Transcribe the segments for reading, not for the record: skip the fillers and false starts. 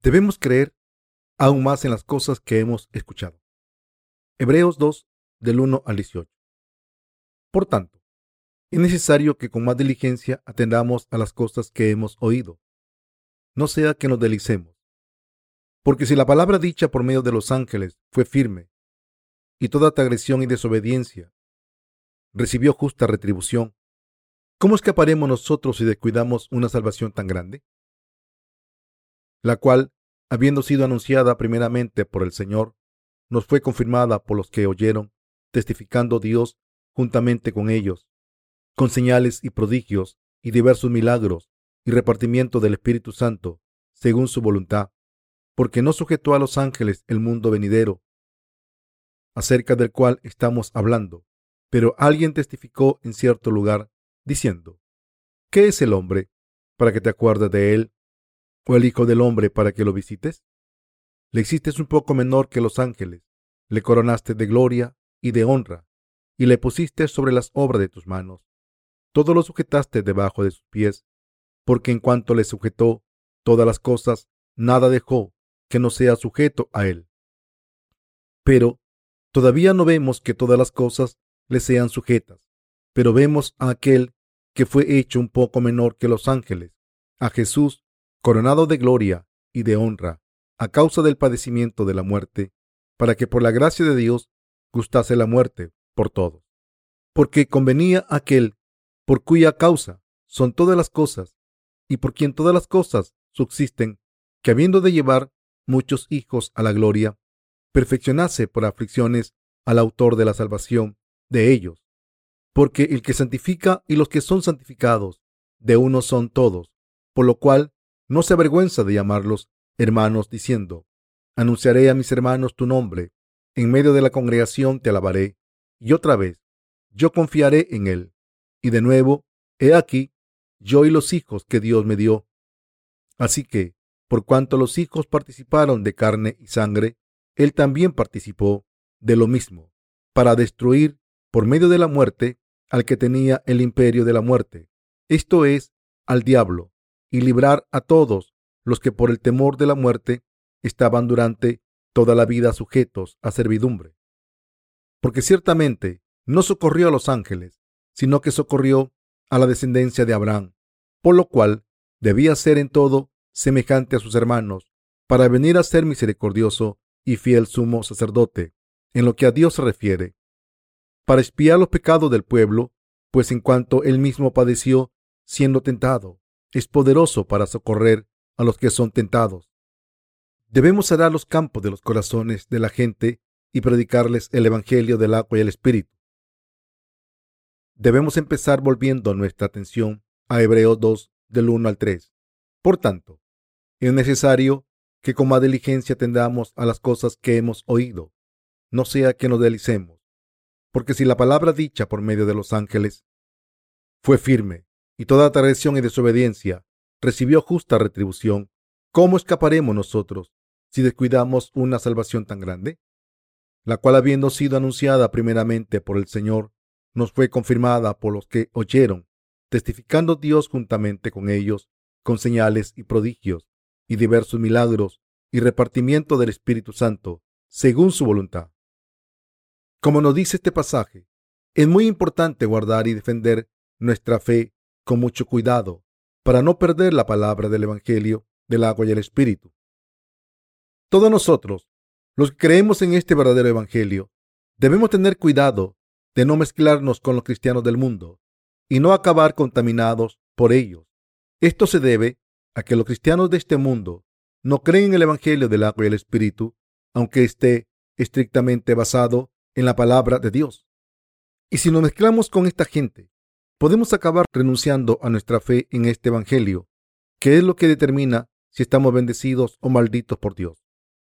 Debemos creer aún más en las cosas que hemos escuchado. Hebreos 2, del 1 al 18. Por tanto, es necesario que con más diligencia atendamos a las cosas que hemos oído, no sea que nos deslicemos. Porque si la palabra dicha por medio de los ángeles fue firme, y toda transgresión y desobediencia recibió justa retribución, ¿cómo escaparemos nosotros si descuidamos una salvación tan grande? La cual, habiendo sido anunciada primeramente por el Señor, nos fue confirmada por los que oyeron, testificando Dios juntamente con ellos, con señales y prodigios y diversos milagros y repartimiento del Espíritu Santo, según su voluntad, porque no sujetó a los ángeles el mundo venidero, acerca del cual estamos hablando. Pero alguien testificó en cierto lugar, diciendo: ¿Qué es el hombre para que te acuerdes de él? ¿O el hijo del hombre para que lo visites? Le hiciste un poco menor que los ángeles, le coronaste de gloria y de honra, y le pusiste sobre las obras de tus manos. Todo lo sujetaste debajo de sus pies, porque en cuanto le sujetó todas las cosas, nada dejó que no sea sujeto a él. Pero todavía no vemos que todas las cosas le sean sujetas, pero vemos a aquel que fue hecho un poco menor que los ángeles, a Jesús, coronado de gloria y de honra, a causa del padecimiento de la muerte, para que por la gracia de Dios gustase la muerte por todos. Porque convenía aquel por cuya causa son todas las cosas, y por quien todas las cosas subsisten, que habiendo de llevar muchos hijos a la gloria, perfeccionase por aflicciones al autor de la salvación de ellos. Porque el que santifica y los que son santificados, de uno son todos, por lo cual no se avergüenza de llamarlos hermanos, diciendo: anunciaré a mis hermanos tu nombre, en medio de la congregación te alabaré. Y otra vez, yo confiaré en él. Y de nuevo, he aquí, yo y los hijos que Dios me dio. Así que, por cuanto los hijos participaron de carne y sangre, él también participó de lo mismo, para destruir por medio de la muerte al que tenía el imperio de la muerte, esto es, al diablo, y librar a todos los que por el temor de la muerte estaban durante toda la vida sujetos a servidumbre. Porque ciertamente no socorrió a los ángeles, sino que socorrió a la descendencia de Abraham, por lo cual debía ser en todo semejante a sus hermanos, para venir a ser misericordioso y fiel sumo sacerdote, en lo que a Dios se refiere, para expiar los pecados del pueblo, pues en cuanto él mismo padeció siendo tentado, es poderoso para socorrer a los que son tentados. Debemos arar los campos de los corazones de la gente y predicarles el evangelio del agua y el espíritu. Debemos empezar volviendo nuestra atención a Hebreos 2, del 1 al 3. Por tanto, es necesario que con más diligencia atendamos a las cosas que hemos oído, no sea que nos deslicemos. Porque si la palabra dicha por medio de los ángeles fue firme, y toda transgresión y desobediencia recibió justa retribución, ¿cómo escaparemos nosotros si descuidamos una salvación tan grande? La cual, habiendo sido anunciada primeramente por el Señor, nos fue confirmada por los que oyeron, testificando Dios juntamente con ellos, con señales y prodigios, y diversos milagros, y repartimiento del Espíritu Santo, según su voluntad. Como nos dice este pasaje, es muy importante guardar y defender nuestra fe con mucho cuidado, para no perder la palabra del Evangelio del agua y el Espíritu. Todos nosotros, los que creemos en este verdadero Evangelio, debemos tener cuidado de no mezclarnos con los cristianos del mundo y no acabar contaminados por ellos. Esto se debe a que los cristianos de este mundo no creen en el Evangelio del agua y el Espíritu, aunque esté estrictamente basado en la palabra de Dios. Y si nos mezclamos con esta gente, podemos acabar renunciando a nuestra fe en este Evangelio, que es lo que determina si estamos bendecidos o malditos por Dios.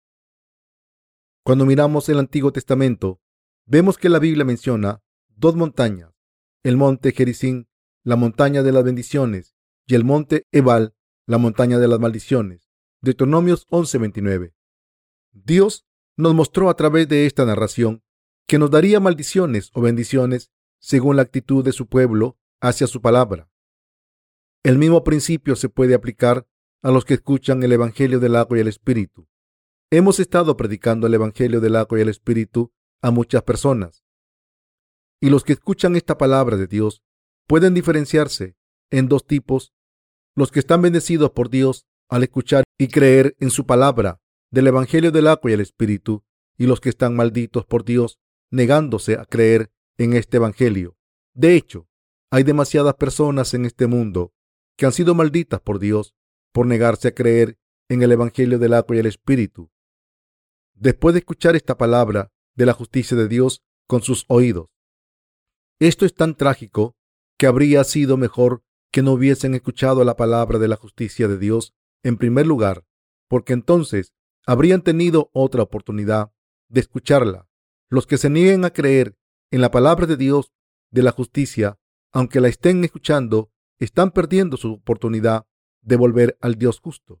Cuando miramos el Antiguo Testamento, vemos que la Biblia menciona dos montañas: el monte Gerizim, la montaña de las bendiciones, y el monte Ebal, la montaña de las maldiciones. Deuteronomios 11:29. Dios nos mostró a través de esta narración que nos daría maldiciones o bendiciones según la actitud de su pueblo hacia su palabra. El mismo principio se puede aplicar a los que escuchan el Evangelio del agua y el Espíritu. Hemos estado predicando el Evangelio del agua y el Espíritu a muchas personas. Y los que escuchan esta palabra de Dios pueden diferenciarse en dos tipos: los que están bendecidos por Dios al escuchar y creer en su palabra del Evangelio del agua y el Espíritu, y los que están malditos por Dios negándose a creer en este Evangelio. De hecho, hay demasiadas personas en este mundo que han sido malditas por Dios por negarse a creer en el Evangelio del agua y el Espíritu, después de escuchar esta palabra de la justicia de Dios con sus oídos. Esto es tan trágico que habría sido mejor que no hubiesen escuchado la palabra de la justicia de Dios en primer lugar, porque entonces habrían tenido otra oportunidad de escucharla. Los que se nieguen a creer en la palabra de Dios de la justicia, aunque la estén escuchando, están perdiendo su oportunidad de volver al Dios justo.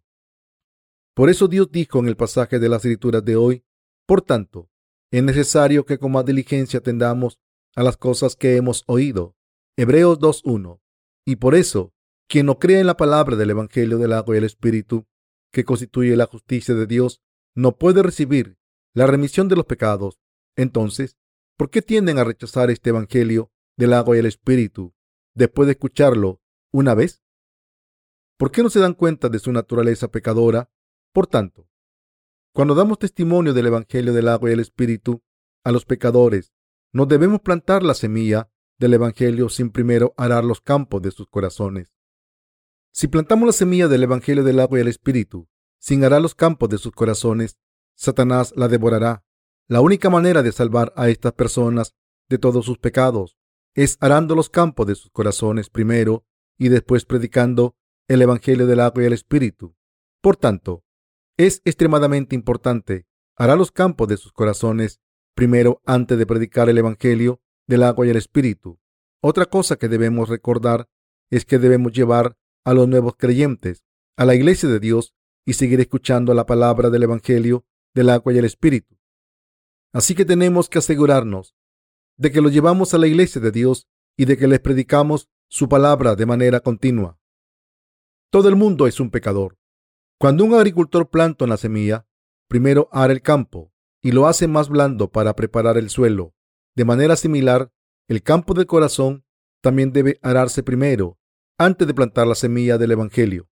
Por eso Dios dijo en el pasaje de las Escrituras de hoy: por tanto, es necesario que con más diligencia atendamos a las cosas que hemos oído. Hebreos 2:1. Y por eso, quien no cree en la palabra del Evangelio del agua y el Espíritu, que constituye la justicia de Dios, no puede recibir la remisión de los pecados. Entonces, ¿por qué tienden a rechazar este Evangelio del agua y el Espíritu después de escucharlo una vez? ¿Por qué no se dan cuenta de su naturaleza pecadora? Por tanto, cuando damos testimonio del Evangelio del agua y el Espíritu a los pecadores, no debemos plantar la semilla del Evangelio sin primero arar los campos de sus corazones. Si plantamos la semilla del Evangelio del agua y el Espíritu sin arar los campos de sus corazones, Satanás la devorará. La única manera de salvar a estas personas de todos sus pecados es arando los campos de sus corazones primero y después predicando el Evangelio del agua y el Espíritu. Por tanto, es extremadamente importante arar los campos de sus corazones primero antes de predicar el Evangelio del agua y el Espíritu. Otra cosa que debemos recordar es que debemos llevar a los nuevos creyentes a la iglesia de Dios y seguir escuchando la palabra del Evangelio del agua y el Espíritu. Así que tenemos que asegurarnos de que los llevamos a la iglesia de Dios y de que les predicamos su palabra de manera continua. Todo el mundo es un pecador. Cuando un agricultor planta una semilla, primero ara el campo y lo hace más blando para preparar el suelo. De manera similar, el campo del corazón también debe ararse primero, antes de plantar la semilla del Evangelio.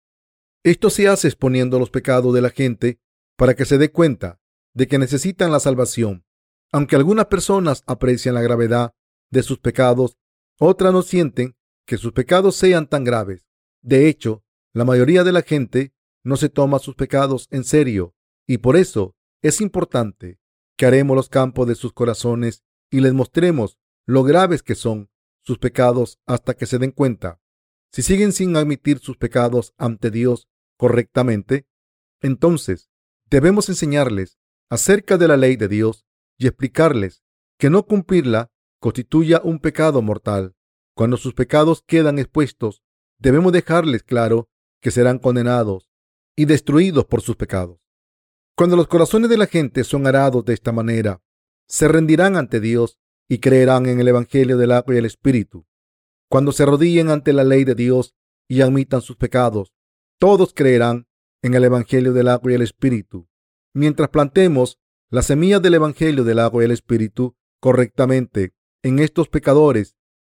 Esto se hace exponiendo los pecados de la gente para que se dé cuenta de que necesitan la salvación. Aunque algunas personas aprecian la gravedad de sus pecados, otras no sienten que sus pecados sean tan graves. De hecho, la mayoría de la gente no se toma sus pecados en serio, y por eso es importante que aremos los campos de sus corazones y les mostremos lo graves que son sus pecados hasta que se den cuenta. Si siguen sin admitir sus pecados ante Dios correctamente, entonces debemos enseñarles acerca de la ley de Dios y explicarles que no cumplirla constituya un pecado mortal. Cuando sus pecados quedan expuestos, debemos dejarles claro que serán condenados y destruidos por sus pecados. Cuando los corazones de la gente son arados de esta manera, se rendirán ante Dios y creerán en el Evangelio del agua y el Espíritu. Cuando se arrodillen ante la ley de Dios y admitan sus pecados, todos creerán en el Evangelio del agua y el Espíritu. Mientras plantemos las semillas del Evangelio del agua y el Espíritu correctamente en estos pecadores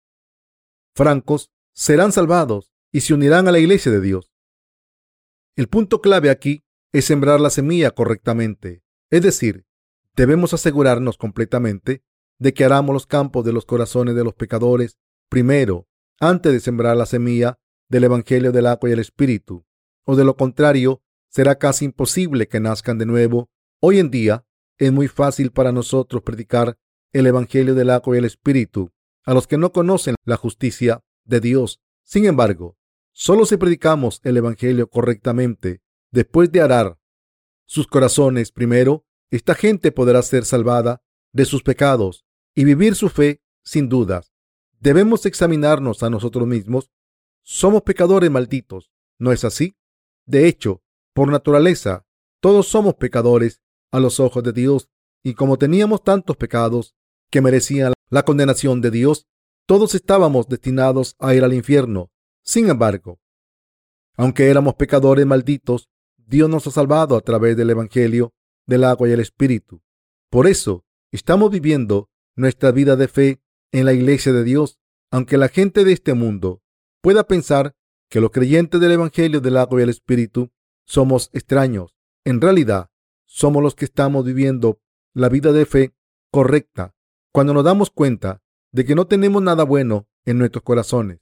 francos, serán salvados y se unirán a la iglesia de Dios. El punto clave aquí es sembrar la semilla correctamente, es decir, debemos asegurarnos completamente de que aramos los campos de los corazones de los pecadores primero, antes de sembrar la semilla del Evangelio del agua y el Espíritu, o de lo contrario, será casi imposible que nazcan de nuevo. Hoy en día es muy fácil para nosotros predicar el Evangelio del agua y el Espíritu a los que no conocen la justicia de Dios. Sin embargo, solo si predicamos el Evangelio correctamente, después de arar sus corazones primero, esta gente podrá ser salvada de sus pecados y vivir su fe sin dudas. Debemos examinarnos a nosotros mismos. Somos pecadores malditos, ¿no es así? De hecho, por naturaleza, todos somos pecadores a los ojos de Dios, y como teníamos tantos pecados que merecían la condenación de Dios, todos estábamos destinados a ir al infierno. Sin embargo, Aunque éramos pecadores malditos, Dios nos ha salvado a través del Evangelio del agua y el Espíritu. Por eso estamos viviendo nuestra vida de fe en la iglesia de Dios, aunque la gente de este mundo pueda pensar que los creyentes del Evangelio del agua y el Espíritu somos extraños. En realidad, somos los que estamos viviendo la vida de fe correcta cuando nos damos cuenta de que no tenemos nada bueno en nuestros corazones.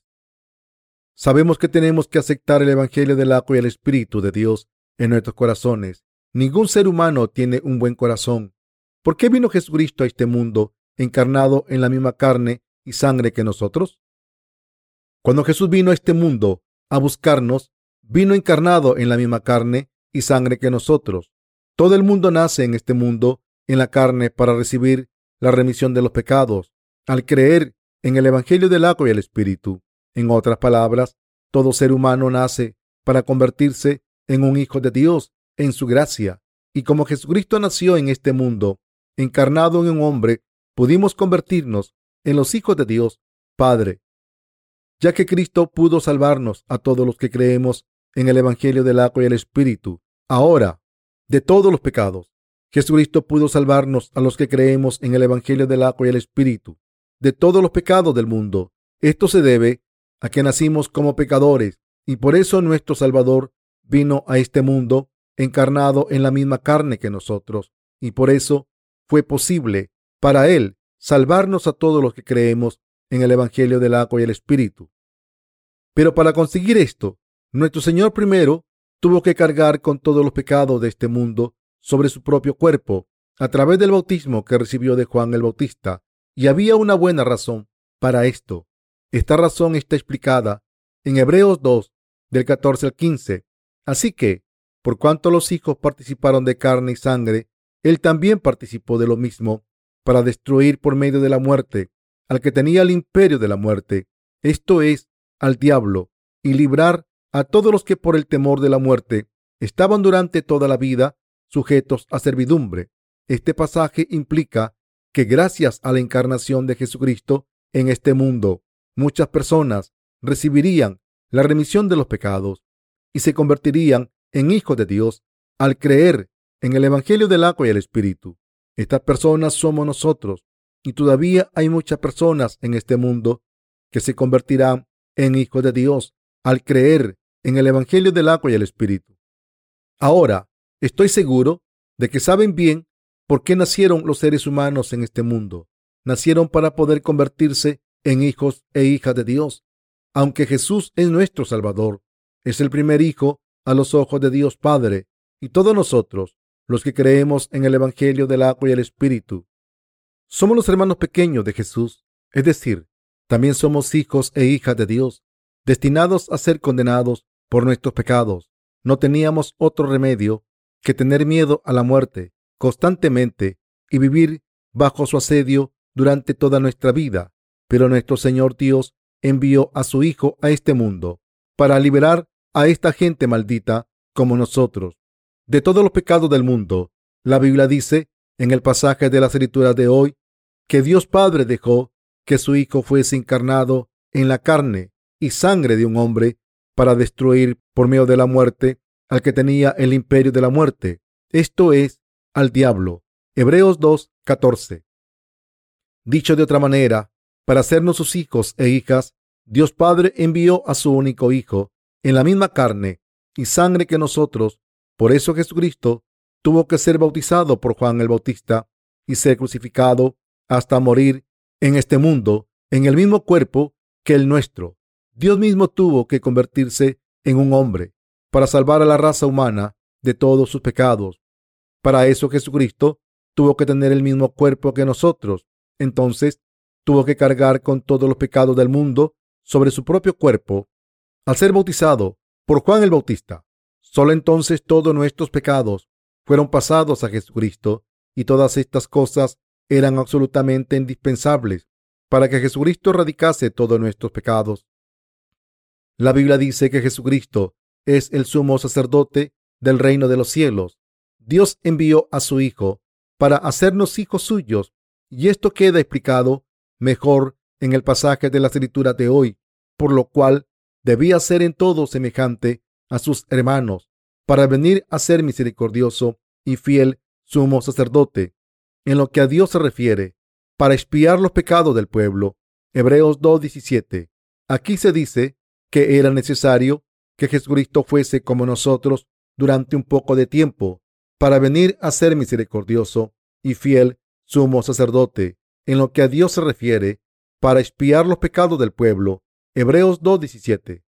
Sabemos que tenemos que aceptar el Evangelio del agua y el Espíritu de Dios en nuestros corazones. Ningún ser humano tiene un buen corazón. ¿Por qué vino Jesucristo a este mundo encarnado en la misma carne y sangre que nosotros? Cuando Jesús vino a este mundo a buscarnos, vino encarnado en la misma carne y sangre que nosotros. Todo el mundo nace en este mundo en la carne para recibir la remisión de los pecados, al creer en el Evangelio del agua y el Espíritu. En otras palabras, todo ser humano nace para convertirse en un hijo de Dios en su gracia. Y como Jesucristo nació en este mundo, encarnado en un hombre, pudimos convertirnos en los hijos de Dios Padre, ya que Cristo pudo salvarnos a todos los que creemos en el Evangelio del agua y el Espíritu. Ahora, de todos los pecados, Jesucristo pudo salvarnos a los que creemos en el Evangelio del agua y el Espíritu, de todos los pecados del mundo. Esto se debe a que nacimos como pecadores y por eso nuestro Salvador vino a este mundo encarnado en la misma carne que nosotros, y por eso fue posible para Él salvarnos a todos los que creemos en el Evangelio del agua y el Espíritu. Pero para conseguir esto, nuestro Señor primero tuvo que cargar con todos los pecados de este mundo sobre su propio cuerpo a través del bautismo que recibió de Juan el Bautista, y había una buena razón para esto. Esta razón está explicada en Hebreos 2, del 14 al 15. Así que, por cuanto los hijos participaron de carne y sangre, Él también participó de lo mismo para destruir por medio de la muerte al que tenía el imperio de la muerte, esto es, al diablo, y librar a todos los que por el temor de la muerte estaban durante toda la vida sujetos a servidumbre. Este pasaje implica que gracias a la encarnación de Jesucristo en este mundo, muchas personas recibirían la remisión de los pecados y se convertirían en hijos de Dios al creer en el Evangelio del agua y el Espíritu. Estas personas somos nosotros, y todavía hay muchas personas en este mundo que se convertirán en hijos de Dios al creer en el Evangelio del agua y el Espíritu. Ahora, estoy seguro de que saben bien por qué nacieron los seres humanos en este mundo. Nacieron para poder convertirse en hijos e hijas de Dios. Aunque Jesús es nuestro Salvador, es el primer hijo a los ojos de Dios Padre, y todos nosotros, los que creemos en el Evangelio del agua y el Espíritu, somos los hermanos pequeños de Jesús, es decir, también somos hijos e hijas de Dios, destinados a ser condenados por nuestros pecados. No teníamos otro remedio que tener miedo a la muerte constantemente y vivir bajo su asedio durante toda nuestra vida. Pero nuestro Señor Dios envió a su Hijo a este mundo para liberar a esta gente maldita como nosotros de todos los pecados del mundo. La Biblia dice en el pasaje de las Escrituras de hoy que Dios Padre dejó que su Hijo fuese encarnado en la carne y sangre de un hombre para destruir por medio de la muerte al que tenía el imperio de la muerte, esto es, al diablo. Hebreos 2:14. Dicho de otra manera, para hacernos sus hijos e hijas, Dios Padre envió a su único Hijo en la misma carne y sangre que nosotros. Por eso Jesucristo tuvo que ser bautizado por Juan el Bautista y ser crucificado hasta morir en este mundo en el mismo cuerpo que el nuestro. Dios mismo tuvo que convertirse en un hombre para salvar a la raza humana de todos sus pecados. Para eso Jesucristo tuvo que tener el mismo cuerpo que nosotros. Entonces tuvo que cargar con todos los pecados del mundo sobre su propio cuerpo al ser bautizado por Juan el Bautista. Solo entonces todos nuestros pecados fueron pasados a Jesucristo, y todas estas cosas eran absolutamente indispensables para que Jesucristo erradicase todos nuestros pecados. La Biblia dice que Jesucristo es el sumo sacerdote del reino de los cielos. Dios envió a su Hijo para hacernos hijos suyos, y esto queda explicado mejor en el pasaje de la Escritura de hoy, por lo cual debía ser en todo semejante a sus hermanos para venir a ser misericordioso y fiel sumo sacerdote en lo que a Dios se refiere, para expiar los pecados del pueblo. Hebreos 2:17. Aquí se dice que era necesario que Jesucristo fuese como nosotros durante un poco de tiempo para venir a ser misericordioso y fiel sumo sacerdote en lo que a Dios se refiere, para expiar los pecados del pueblo. Hebreos 2:17.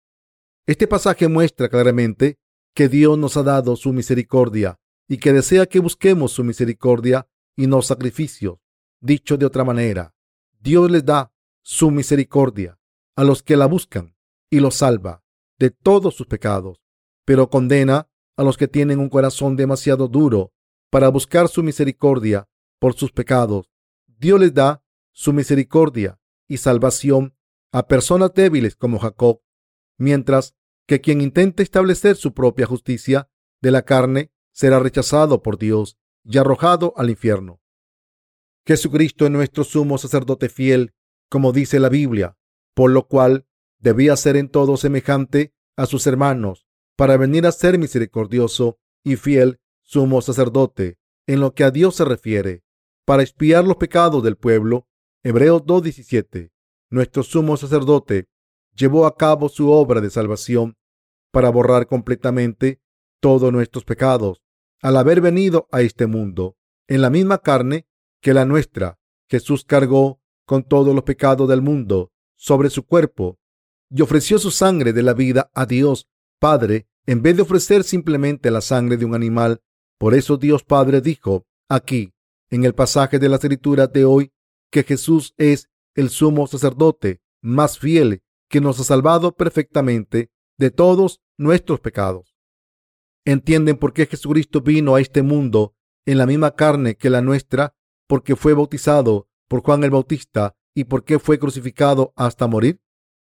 Este pasaje muestra claramente que Dios nos ha dado su misericordia y que desea que busquemos su misericordia y no sacrificios. Dicho de otra manera, Dios les da su misericordia a los que la buscan y los salva de todos sus pecados, pero condena a los que tienen un corazón demasiado duro para buscar su misericordia por sus pecados. Dios les da su misericordia y salvación a personas débiles como Jacob, mientras que quien intente establecer su propia justicia de la carne será rechazado por Dios y arrojado al infierno. Jesucristo es nuestro sumo sacerdote fiel, como dice la Biblia, por lo cual debía ser en todo semejante a sus hermanos, para venir a ser misericordioso y fiel sumo sacerdote en lo que a Dios se refiere, para expiar los pecados del pueblo. Hebreos 2:17. Nuestro sumo sacerdote llevó a cabo su obra de salvación para borrar completamente todos nuestros pecados al haber venido a este mundo en la misma carne que la nuestra. Jesús cargó con todos los pecados del mundo sobre su cuerpo y ofreció su sangre de la vida a Dios Padre en vez de ofrecer simplemente la sangre de un animal. Por eso Dios Padre dijo aquí en el pasaje de la Escritura de hoy que Jesús es el sumo sacerdote más fiel que nos ha salvado perfectamente de todos nuestros pecados. ¿Entienden por qué Jesucristo vino a este mundo en la misma carne que la nuestra? Porque fue bautizado por Juan el Bautista y porque fue crucificado hasta morir.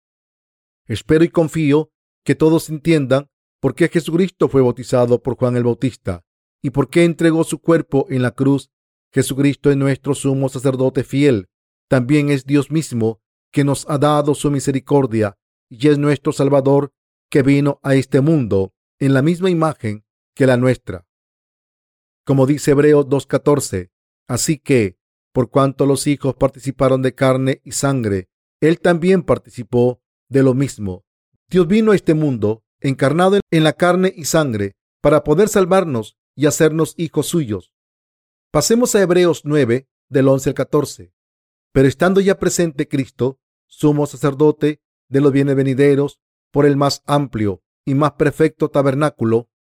Espero y confío que todos entiendan por qué Jesucristo fue bautizado por Juan el Bautista y por qué entregó su cuerpo en la cruz. Jesucristo es nuestro sumo sacerdote fiel. También es Dios mismo que nos ha dado su misericordia y es nuestro Salvador que vino a este mundo en la misma imagen que la nuestra. Como dice Hebreos 2:14, así que, por cuanto los hijos participaron de carne y sangre, él también participó de lo mismo. Dios vino a este mundo encarnado en la carne y sangre para poder salvarnos y hacernos hijos suyos. Pasemos a Hebreos 9, del 11 al 14. Pero estando ya presente Cristo, sumo sacerdote de los bienes venideros, por el más amplio y más perfecto tabernáculo,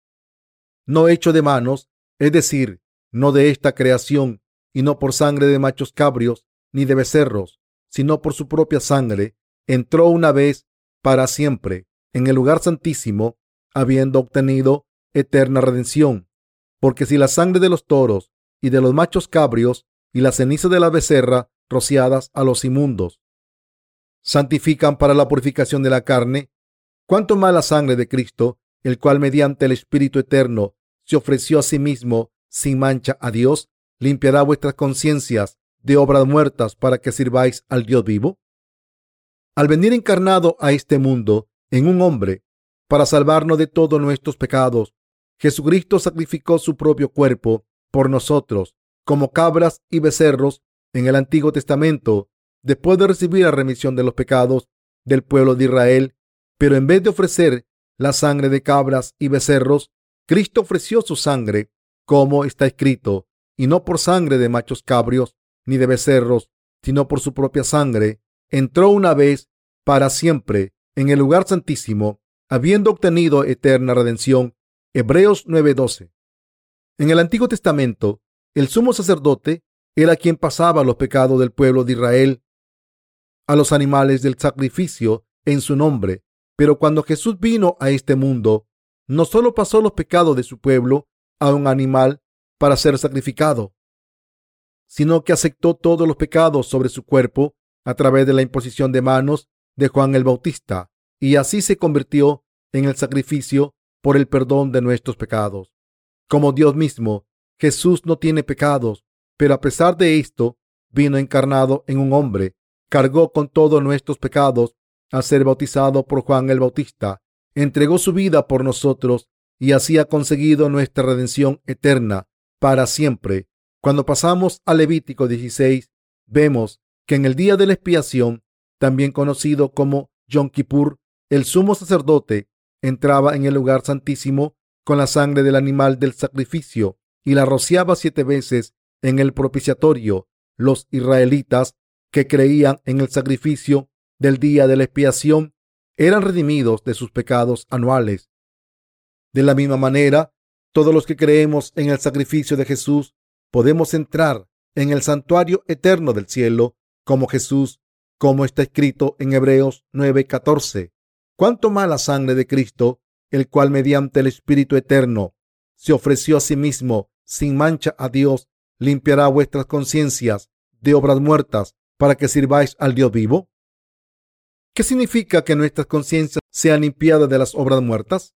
no hecho de manos, es decir, no de esta creación, y no por sangre de machos cabrios ni de becerros, sino por su propia sangre, entró una vez para siempre en el lugar santísimo, habiendo obtenido eterna redención. Porque si la sangre de los toros y de los machos cabrios y la ceniza de la becerra rociadas a los inmundos santifican para la purificación de la carne, cuánto más la sangre de Cristo, el cual mediante el Espíritu eterno se ofreció a sí mismo sin mancha a Dios, limpiará vuestras conciencias de obras muertas para que sirváis al Dios vivo. Al venir encarnado a este mundo en un hombre para salvarnos de todos nuestros pecados, Jesucristo sacrificó su propio cuerpo por nosotros como cabras y becerros en el Antiguo Testamento, después de recibir la remisión de los pecados del pueblo de Israel. Pero en vez de ofrecer la sangre de cabras y becerros, Cristo ofreció su sangre, como está escrito, y no por sangre de machos cabrios ni de becerros, sino por su propia sangre, entró una vez para siempre en el lugar santísimo, habiendo obtenido eterna redención. Hebreos 9:12. En el Antiguo Testamento, el sumo sacerdote era quien pasaba los pecados del pueblo de Israel a los animales del sacrificio en su nombre. Pero cuando Jesús vino a este mundo, no solo pasó los pecados de su pueblo a un animal para ser sacrificado, sino que aceptó todos los pecados sobre su cuerpo a través de la imposición de manos de Juan el Bautista, y así se convirtió en el sacrificio por el perdón de nuestros pecados. Como Dios mismo, Jesús no tiene pecados, pero a pesar de esto, vino encarnado en un hombre, cargó con todos nuestros pecados al ser bautizado por Juan el Bautista entregó su vida por nosotros y así ha conseguido nuestra redención eterna para siempre. Cuando pasamos a Levítico 16, vemos que en el día de la expiación, también conocido como Yom Kippur, el sumo sacerdote entraba en el lugar santísimo con la sangre del animal del sacrificio y la rociaba 7 veces en el propiciatorio. Los israelitas que creían en el sacrificio del día de la expiación eran redimidos de sus pecados anuales. De la misma manera, todos los que creemos en el sacrificio de Jesús podemos entrar en el santuario eterno del cielo como Jesús, como está escrito en Hebreos 9:14. Cuánto más la sangre de Cristo, el cual mediante el Espíritu eterno se ofreció a sí mismo sin mancha a Dios, limpiará vuestras conciencias de obras muertas para que sirváis al Dios vivo. ¿Qué significa que nuestras conciencias sean limpiadas de las obras muertas?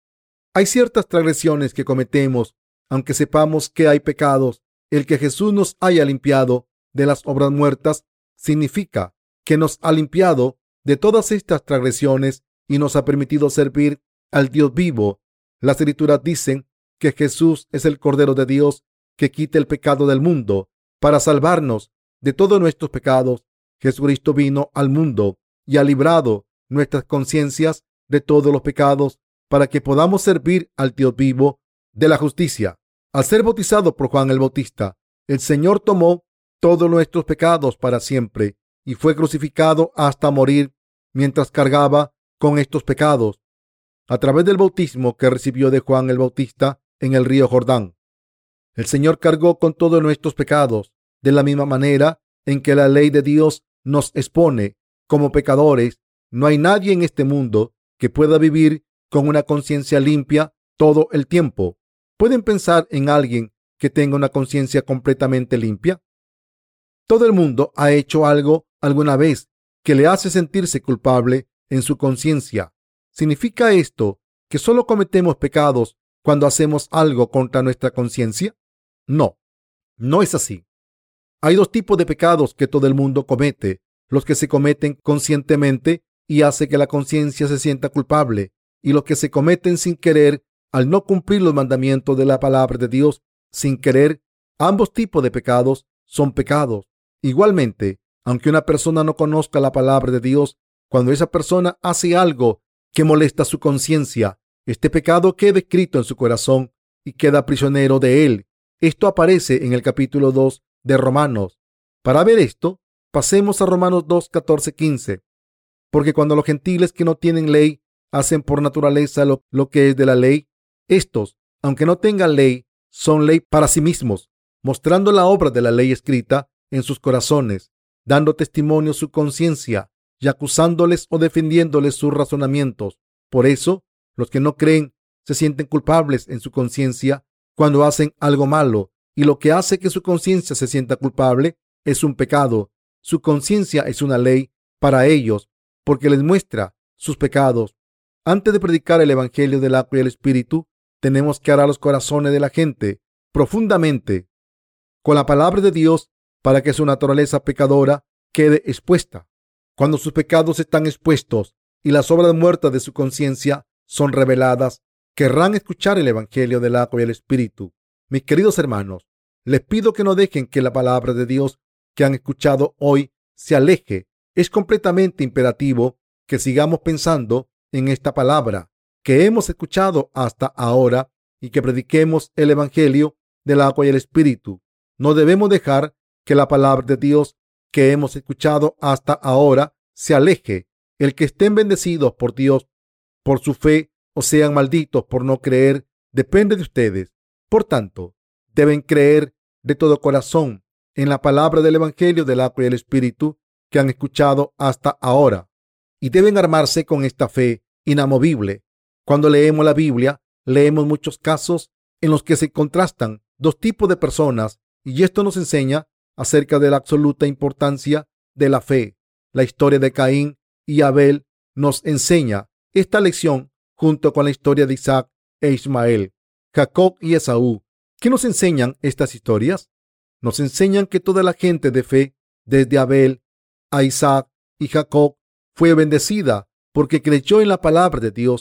Hay ciertas transgresiones que cometemos, aunque sepamos que hay pecados. El que Jesús nos haya limpiado de las obras muertas significa que nos ha limpiado de todas estas transgresiones y nos ha permitido servir al Dios vivo. Las Escrituras dicen que Jesús es el Cordero de Dios que quita el pecado del mundo. Para salvarnos de todos nuestros pecados, Jesucristo vino al mundo y ha librado nuestras conciencias de todos los pecados para que podamos servir al Dios vivo de la justicia. Al ser bautizado por Juan el Bautista, el Señor tomó todos nuestros pecados para siempre y fue crucificado hasta morir mientras cargaba con estos pecados a través del bautismo que recibió de Juan el Bautista en el río Jordán. El Señor cargó con todos nuestros pecados de la misma manera en que la ley de Dios nos expone como pecadores. No hay nadie en este mundo que pueda vivir con una conciencia limpia todo el tiempo. ¿Pueden pensar en alguien que tenga una conciencia completamente limpia? Todo el mundo ha hecho algo alguna vez que le hace sentirse culpable en su conciencia. ¿Significa esto que solo cometemos pecados cuando hacemos algo contra nuestra conciencia? No, no es así. Hay 2 tipos de pecados que todo el mundo comete: los que se cometen conscientemente y hace que la conciencia se sienta culpable, y los que se cometen sin querer al no cumplir los mandamientos de la palabra de Dios sin querer. Ambos tipos de pecados son pecados. Igualmente, aunque una persona no conozca la palabra de Dios, cuando esa persona hace algo que molesta su conciencia, este pecado queda escrito en su corazón y queda prisionero de él. Esto aparece en el capítulo 2 de Romanos. Para ver esto, pasemos a Romanos 2, 14, 15. Porque cuando los gentiles que no tienen ley hacen por naturaleza lo que es de la ley, estos, aunque no tengan ley, son ley para sí mismos, mostrando la obra de la ley escrita en sus corazones, dando testimonio su conciencia y acusándoles o defendiéndoles sus razonamientos. Por eso, los que no creen se sienten culpables en su conciencia cuando hacen algo malo, y lo que hace que su conciencia se sienta culpable es un pecado. Su conciencia es una ley para ellos porque les muestra sus pecados. Antes de predicar el evangelio del agua y el espíritu, tenemos que arar los corazones de la gente profundamente con la palabra de Dios para que su naturaleza pecadora quede expuesta. Cuando sus pecados están expuestos y las obras muertas de su conciencia son reveladas, querrán escuchar el evangelio del agua y el espíritu. Mis queridos hermanos, les pido que no dejen que la palabra de Dios que han escuchado hoy se aleje. Es completamente imperativo que sigamos pensando en esta palabra que hemos escuchado hasta ahora y que prediquemos el evangelio del agua y el espíritu. No debemos dejar que la palabra de Dios que hemos escuchado hasta ahora se aleje. El que estén bendecidos por Dios por su fe o sean malditos por no creer depende de ustedes. Por tanto, deben creer de todo corazón en la palabra del evangelio del agua y el espíritu que han escuchado hasta ahora, y deben armarse con esta fe inamovible. Cuando leemos la Biblia, leemos muchos casos en los que se contrastan 2 tipos de personas, y esto nos enseña acerca de la absoluta importancia de la fe. La historia de Caín y Abel nos enseña esta lección junto con la historia de Isaac e Ismael, Jacob y Esaú. ¿Qué nos enseñan estas historias? Nos enseñan que toda la gente de fe, desde Abel a Isaac y Jacob, fue bendecida porque creyó en la palabra de Dios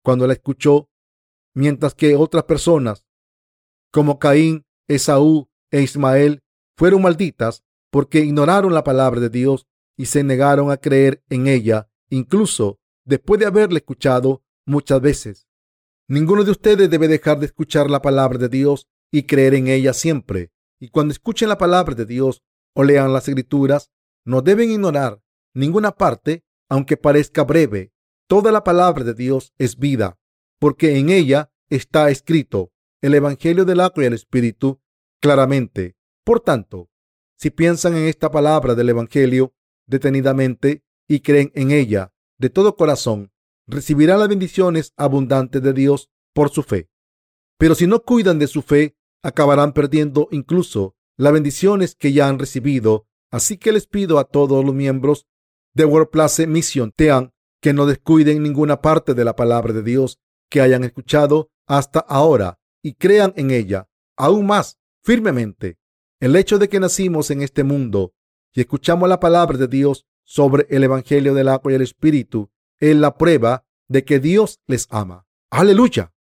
cuando la escuchó, mientras que otras personas, como Caín, Esaú e Ismael, fueron malditas porque ignoraron la palabra de Dios y se negaron a creer en ella, incluso después de haberla escuchado muchas veces. Ninguno de ustedes debe dejar de escuchar la palabra de Dios y creer en ella siempre. Y cuando escuchen la palabra de Dios o lean las Escrituras, no deben ignorar ninguna parte, aunque parezca breve. Toda la palabra de Dios es vida, porque en ella está escrito el Evangelio del agua y el Espíritu claramente. Por tanto, si piensan en esta palabra del Evangelio detenidamente y creen en ella de todo corazón, recibirán las bendiciones abundantes de Dios por su fe. Pero si no cuidan de su fe, acabarán perdiendo incluso las bendiciones que ya han recibido. Así que les pido a todos los miembros de World Place Mission Team que no descuiden ninguna parte de la palabra de Dios que hayan escuchado hasta ahora y crean en ella aún más firmemente. El hecho de que nacimos en este mundo y escuchamos la palabra de Dios sobre el Evangelio del agua y el Espíritu es la prueba de que Dios les ama. ¡Aleluya!